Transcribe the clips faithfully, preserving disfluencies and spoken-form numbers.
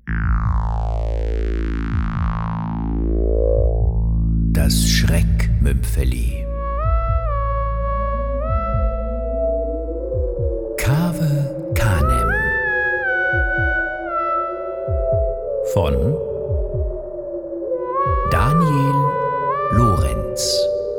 Das Schreckmümpfeli. Kave Kanem von Daniel Lorenz.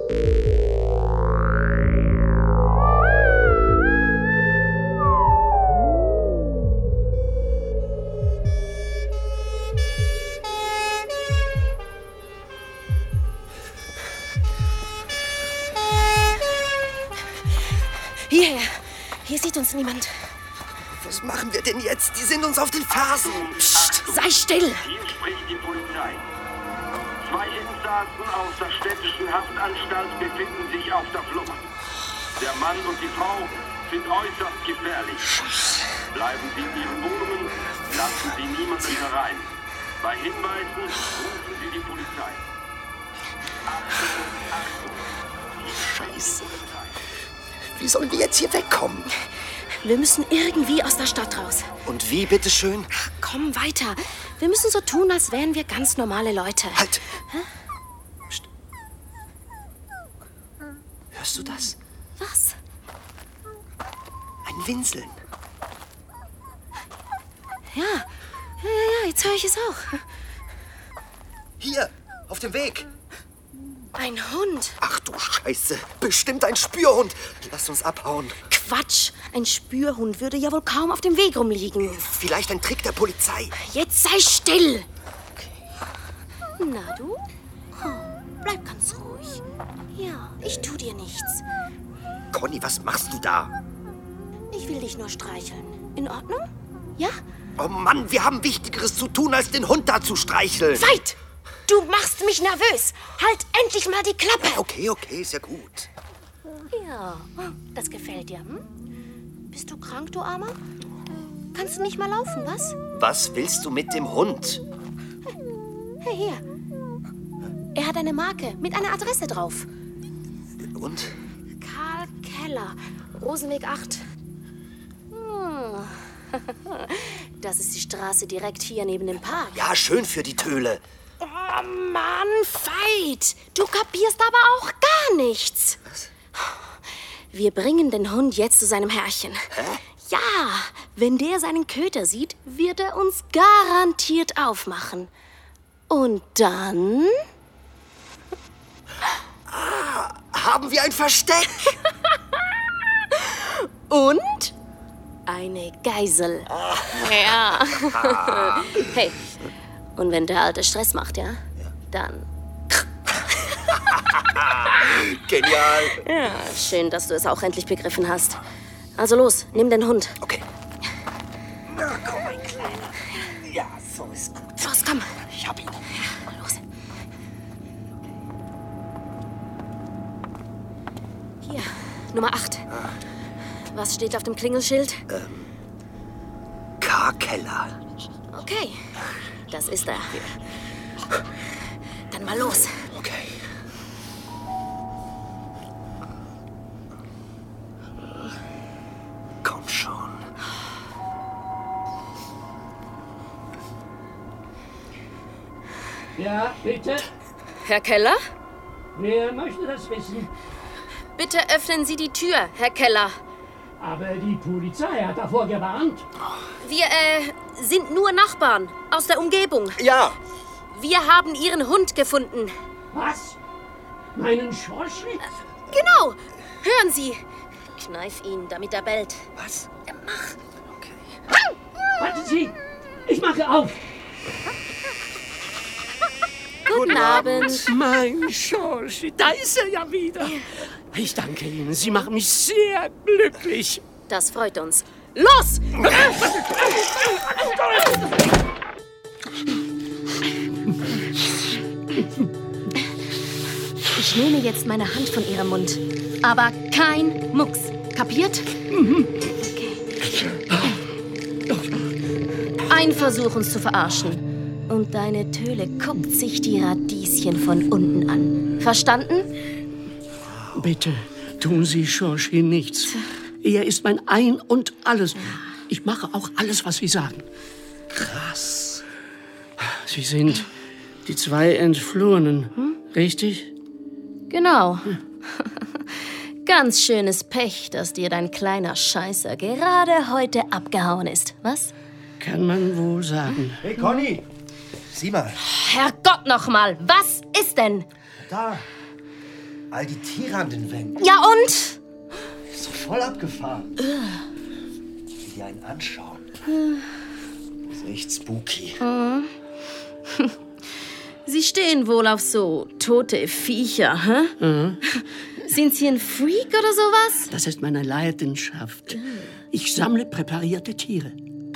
Hierher! Hier sieht uns niemand. Was machen wir denn jetzt? Die sind uns auf den Fersen. Psst, sei still! Hier spricht die Polizei. Zwei Insassen aus der städtischen Haftanstalt befinden sich auf der Flucht. Der Mann und die Frau sind äußerst gefährlich. Bleiben Sie in Ihren Wohnungen, lassen Sie niemanden herein. Bei Hinweisen rufen Sie die Polizei. Achtung, Achtung. Scheiße. Wie sollen wir jetzt hier wegkommen? Wir müssen irgendwie aus der Stadt raus. Und wie, bitteschön? Ach, komm weiter. Wir müssen so tun, als wären wir ganz normale Leute. Halt! Hä? Psst. Hörst du das? Was? Ein Winseln. Ja, ja, ja, jetzt höre ich es auch. Hier, auf dem Weg. Ein Hund. Ach du Scheiße, bestimmt ein Spürhund. Lass uns abhauen. Quatsch, ein Spürhund würde ja wohl kaum auf dem Weg rumliegen. Vielleicht ein Trick der Polizei. Jetzt sei still. Na du? Oh, bleib ganz ruhig. Ja, ich tu dir nichts. Conny, was machst du da? Ich will dich nur streicheln. In Ordnung? Ja? Oh Mann, wir haben Wichtigeres zu tun, als den Hund da zu streicheln. Veit! Du machst mich nervös. Halt endlich mal die Klappe. Okay, okay, ist ja gut. Ja, das gefällt dir, hm? Bist du krank, du Armer? Kannst du nicht mal laufen, was? Was willst du mit dem Hund? Hey, hier. Er hat eine Marke mit einer Adresse drauf. Und? Karl Keller, Rosenweg acht. Hm. Das ist die Straße direkt hier neben dem Park. Ja, schön für die Töle. Oh Mann, Veit! Du kapierst aber auch gar nichts. Was? Wir bringen den Hund jetzt zu seinem Herrchen. Hä? Ja, wenn der seinen Köter sieht, wird er uns garantiert aufmachen. Und dann... Ah, haben wir ein Versteck? Und eine Geisel. Ja. Hey, und wenn der Alte Stress macht, ja, dann... Genial. Ja, schön, dass du es auch endlich begriffen hast. Also los, nimm den Hund. Okay. Na komm, mein Kleiner. Ja, so ist gut. Los, komm. Ich hab ihn. Ja, los. Hier, Nummer acht. Ah. Was steht auf dem Klingelschild? Ähm, K. Keller. Okay, das ist er. Dann mal los. Okay. Komm schon. Ja, bitte? Herr Keller? Wer möchte das wissen? Bitte öffnen Sie die Tür, Herr Keller. Aber die Polizei hat davor gewarnt. Wir, äh, sind nur Nachbarn aus der Umgebung. Ja. Wir haben Ihren Hund gefunden. Was? Meinen Schorschli? Genau. Hören Sie. Kneif ihn, damit er bellt. Was? Mach. Okay. Warten Sie! Ich mache auf! Guten Abend. Mein Schorschli, da ist er ja wieder. Ich danke Ihnen, Sie machen mich sehr glücklich. Das freut uns. Los! Ich nehme jetzt meine Hand von Ihrem Mund. Aber kein Mucks. Kapiert? Okay. Ein Versuch, uns zu verarschen. Und deine Töle guckt sich die Radieschen von unten an. Verstanden? Bitte, tun Sie Schorschli nichts. Er ist mein Ein und Alles. Ich mache auch alles, was Sie sagen. Krass. Sie sind die zwei Entflohenen, hm? Richtig? Genau. Hm. Ganz schönes Pech, dass dir dein kleiner Scheißer gerade heute abgehauen ist, was? Kann man wohl sagen. Hey, Conny! Sieh mal. Herrgott noch mal, was ist denn? Da. All die Tiere an den Wänden. Ja und? Ist doch voll abgefahren. Die die einen anschauen. Das ist echt spooky. Sie stehen wohl auf so tote Viecher, hä? Mhm. Sind Sie ein Freak oder sowas? Das ist meine Leidenschaft. Ich sammle präparierte Tiere.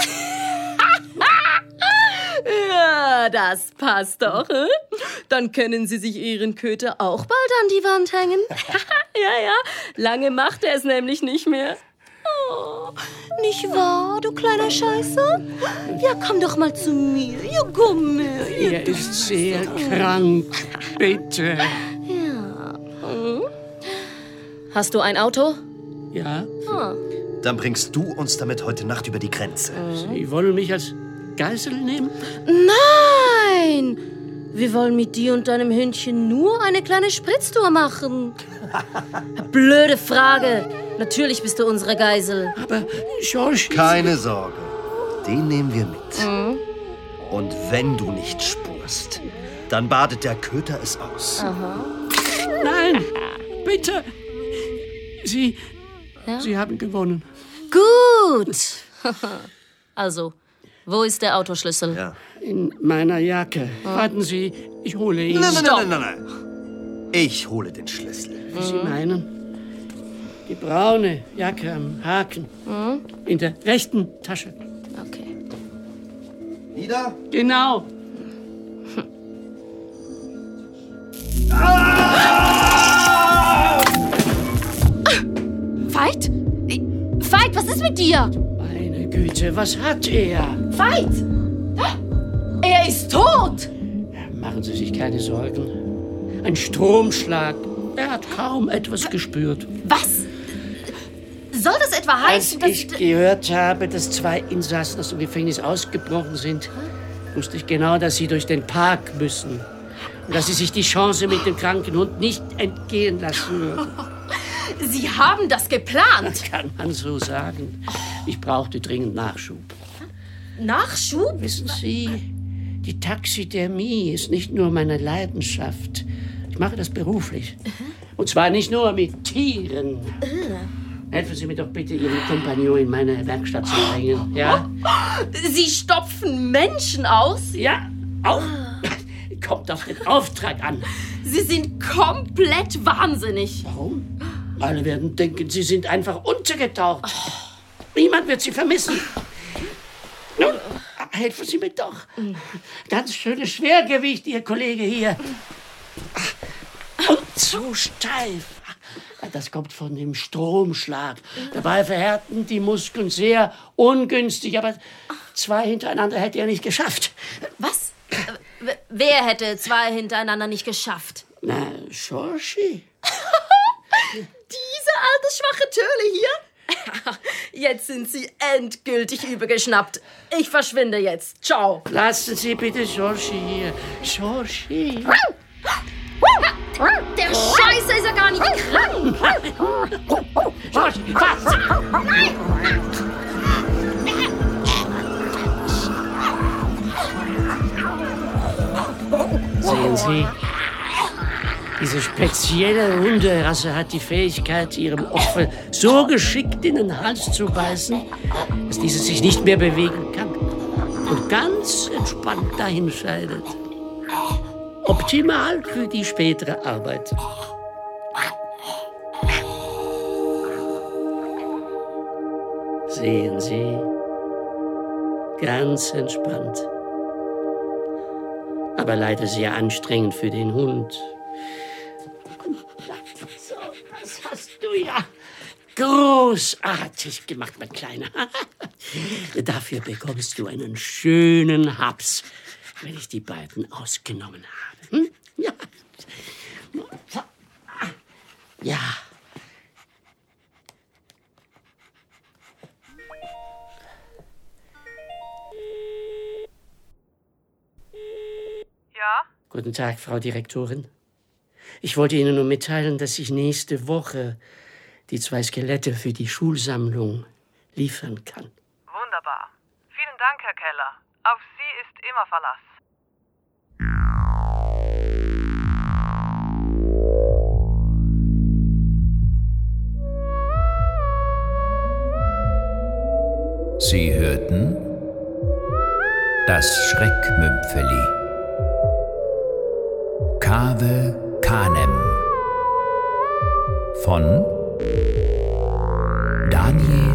Ja, das passt doch. Hä? Dann können Sie sich Ihren Köter auch bald an die Wand hängen. Ja, ja, lange macht er es nämlich nicht mehr. Oh, nicht wahr, du kleiner Scheißer? Ja, komm doch mal zu mir. Ja, komm her. Er ist sehr krank. Bitte. Ja. Hm? Hast du ein Auto? Ja. Ah. Dann bringst du uns damit heute Nacht über die Grenze. Sie wollen mich als Geisel nehmen? Nein! Wir wollen mit dir und deinem Hündchen nur eine kleine Spritztour machen. Blöde Frage. Natürlich bist du unsere Geisel. Aber, George... Keine Sorge. Den nehmen wir mit. Mhm. Und wenn du nicht spurst, dann badet der Köter es aus. Aha. Nein, bitte. Sie... Ja? Sie haben gewonnen. Gut. Also, wo ist der Autoschlüssel? Ja. In meiner Jacke. Oh. Warten Sie, ich hole ihn. Nein, nein, nein, nein, nein, nein. Ich hole den Schlüssel. Wie Sie meinen? Die braune Jacke am Haken. Mhm. In der rechten Tasche. Okay. Wieder? Genau. Hm. Ah! Veit? Veit, was ist mit dir? Meine Güte, was hat er? Veit! Er ist tot! Machen Sie sich keine Sorgen. Ein Stromschlag. Er hat kaum etwas gespürt. Was? Soll das etwa heißen, dass... Als ich gehört habe, dass zwei Insassen aus dem Gefängnis ausgebrochen sind, wusste ich genau, dass sie durch den Park müssen. Und dass sie sich die Chance mit dem kranken Hund nicht entgehen lassen würden. Sie haben das geplant? Das kann man so sagen. Ich brauchte dringend Nachschub. Nachschub? Wissen Sie, die Taxidermie ist nicht nur meine Leidenschaft. Ich mache das beruflich. Und zwar nicht nur mit Tieren. Helfen Sie mir doch bitte, Ihren Kompagnon in meine Werkstatt zu bringen. Ja? Sie stopfen Menschen aus? Ja, auch. Kommt auf den Auftrag an. Sie sind komplett wahnsinnig. Warum? Alle werden denken, Sie sind einfach untergetaucht. Niemand wird Sie vermissen. Nun, helfen Sie mir doch. Ganz schönes Schwergewicht, Ihr Kollege hier. Und zu steif. Das kommt von dem Stromschlag. Dabei verhärten die Muskeln sehr ungünstig. Aber zwei hintereinander hätte er nicht geschafft. Was? Wer hätte zwei hintereinander nicht geschafft? Na, Schorschi. Diese alte schwache Töle hier? Jetzt sind Sie endgültig übergeschnappt. Ich verschwinde jetzt. Ciao. Lassen Sie bitte Schorschi hier. Schorschi. Der Scheiße ist ja gar nicht krank. Schorschi, was? Nein! Sehen Sie, diese spezielle Hunderasse hat die Fähigkeit, ihrem Opfer so geschickt in den Hals zu beißen, dass dieses sich nicht mehr bewegen kann und ganz entspannt dahinscheidet. Optimal für die spätere Arbeit. Sehen Sie, ganz entspannt. Aber leider sehr anstrengend für den Hund. So, das hast du ja großartig gemacht, mein Kleiner. Dafür bekommst du einen schönen Haps, wenn ich die beiden ausgenommen habe. Hm? Ja. Ja. Guten Tag, Frau Direktorin. Ich wollte Ihnen nur mitteilen, dass ich nächste Woche die zwei Skelette für die Schulsammlung liefern kann. Wunderbar. Vielen Dank, Herr Keller. Auf Sie ist immer Verlass. Sie hörten das Schreckmümpfeli. Kave Kanem von Daniel